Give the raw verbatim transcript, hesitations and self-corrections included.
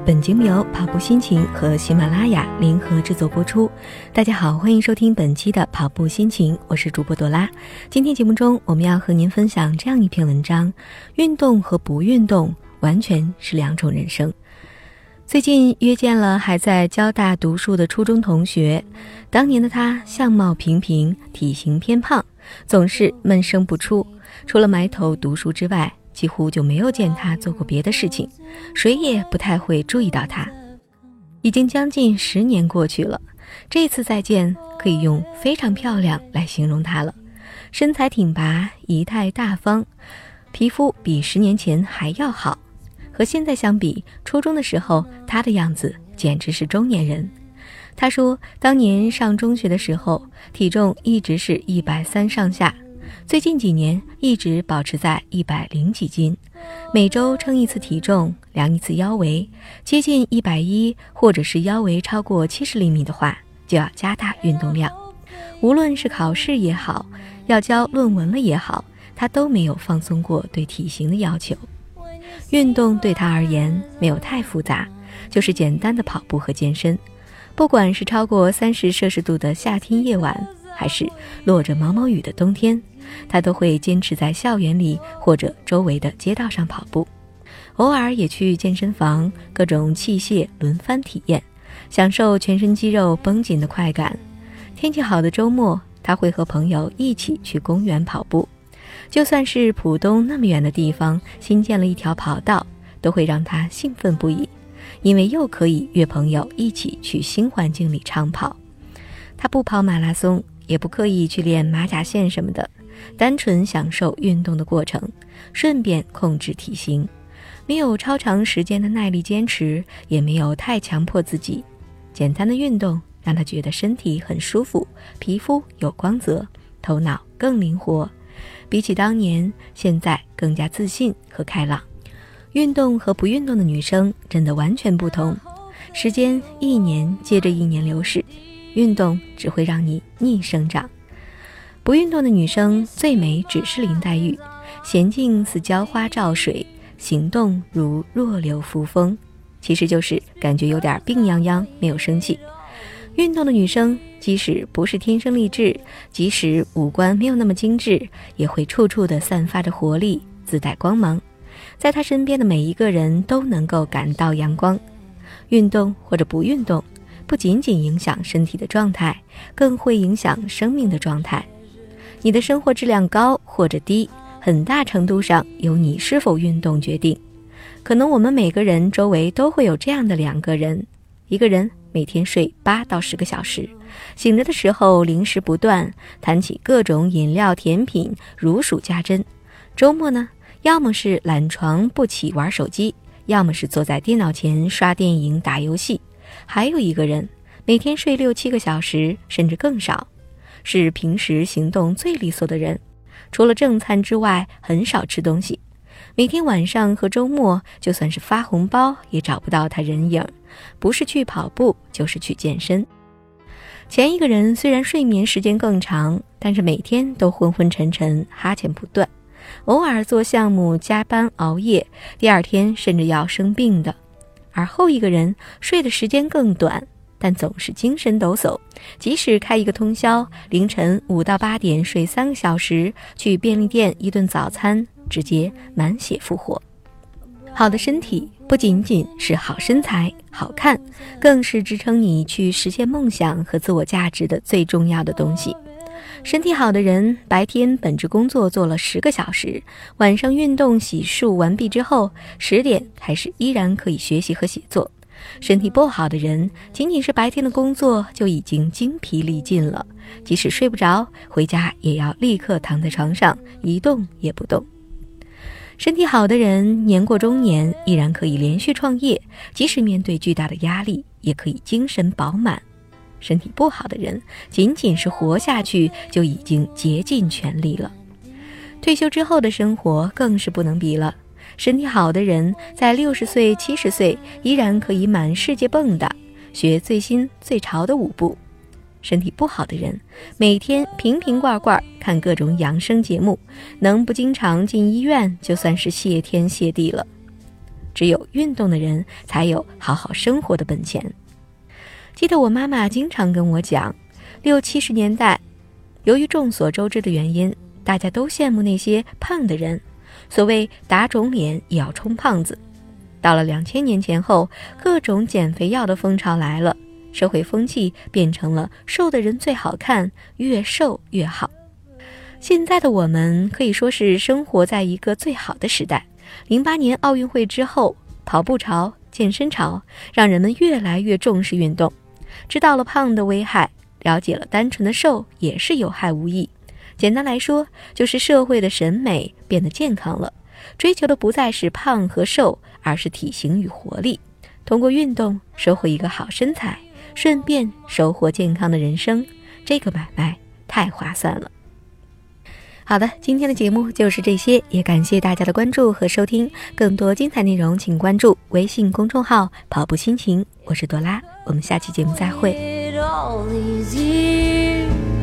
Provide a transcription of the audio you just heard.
本节目由跑步心情和喜马拉雅联合制作播出。大家好，欢迎收听本期的跑步心情，我是主播朵拉。今天节目中我们要和您分享这样一篇文章，运动和不运动完全是两种人生。最近约见了还在交大读书的初中同学，当年的他相貌平平，体型偏胖，总是闷声不出，除了埋头读书之外，几乎就没有见他做过别的事情，谁也不太会注意到他。已经将近十年过去了，这次再见可以用非常漂亮来形容他了。身材挺拔，仪态大方，皮肤比十年前还要好。和现在相比，初中的时候他的样子简直是中年人。他说当年上中学的时候，体重一直是一百三上下，最近几年一直保持在一百零几斤，每周称一次体重，量一次腰围，接近一百一或者是腰围超过七十厘米的话，就要加大运动量。无论是考试也好，要交论文了也好，他都没有放松过对体型的要求。运动对他而言没有太复杂，就是简单的跑步和健身。不管是超过三十摄氏度的夏天夜晚，还是落着毛毛雨的冬天，他都会坚持在校园里或者周围的街道上跑步，偶尔也去健身房，各种器械轮番体验，享受全身肌肉绷紧的快感。天气好的周末，他会和朋友一起去公园跑步，就算是浦东那么远的地方新建了一条跑道，都会让他兴奋不已，因为又可以约朋友一起去新环境里长跑。他不跑马拉松，也不刻意去练马甲线什么的，单纯享受运动的过程，顺便控制体型，没有超长时间的耐力坚持，也没有太强迫自己。简单的运动让他觉得身体很舒服，皮肤有光泽，头脑更灵活，比起当年，现在更加自信和开朗。运动和不运动的女生真的完全不同，时间一年接着一年流逝，运动只会让你逆生长。不运动的女生最美只是林黛玉，娴静似浇花照水，行动如弱柳扶风，其实就是感觉有点病殃殃，没有生气。运动的女生即使不是天生丽质，即使五官没有那么精致，也会处处的散发着活力，自带光芒，在她身边的每一个人都能够感到阳光。运动或者不运动，不仅仅影响身体的状态，更会影响生命的状态。你的生活质量高或者低，很大程度上由你是否运动决定。可能我们每个人周围都会有这样的两个人，一个人每天睡八到十个小时，醒着的时候零食不断，谈起各种饮料甜品如数家珍。周末呢，要么是懒床不起玩手机，要么是坐在电脑前刷电影打游戏。还有一个人每天睡六七个小时，甚至更少，是平时行动最利索的人，除了正餐之外很少吃东西，每天晚上和周末就算是发红包也找不到他人影，不是去跑步就是去健身。前一个人虽然睡眠时间更长，但是每天都昏昏沉沉，哈欠不断，偶尔做项目加班熬夜，第二天甚至要生病的。而后一个人睡的时间更短，但总是精神抖擞，即使开一个通宵，凌晨五到八点睡三个小时，去便利店一顿早餐，直接满血复活。好的身体不仅仅是好身材好看，更是支撑你去实现梦想和自我价值的最重要的东西。身体好的人，白天本职工作做了十个小时，晚上运动洗漱完毕之后，十点开始依然可以学习和写作。身体不好的人，仅仅是白天的工作就已经精疲力尽了，即使睡不着，回家也要立刻躺在床上一动也不动。身体好的人，年过中年依然可以连续创业，即使面对巨大的压力，也可以精神饱满。身体不好的人，仅仅是活下去就已经竭尽全力了。退休之后的生活更是不能比了。身体好的人，在六十岁、七十岁依然可以满世界蹦跶，学最新最潮的舞步。身体不好的人，每天瓶瓶罐罐看各种养生节目，能不经常进医院就算是谢天谢地了。 只有运动的人才有好好生活的本钱。记得我妈妈经常跟我讲，六七十年代，由于众所周知的原因，大家都羡慕那些胖的人，所谓打肿脸也要充胖子。到了两千年前后，各种减肥药的风潮来了，社会风气变成了瘦的人最好看，越瘦越好。现在的我们可以说是生活在一个最好的时代。零八年奥运会之后，跑步潮、健身潮让人们越来越重视运动，知道了胖的危害，了解了单纯的瘦也是有害无益。简单来说，就是社会的审美变得健康了，追求的不再是胖和瘦，而是体型与活力。通过运动收获一个好身材，顺便收获健康的人生，这个买卖太划算了。好的，今天的节目就是这些，也感谢大家的关注和收听。更多精彩内容请关注微信公众号跑步心情，我是朵拉，我们下期节目再会。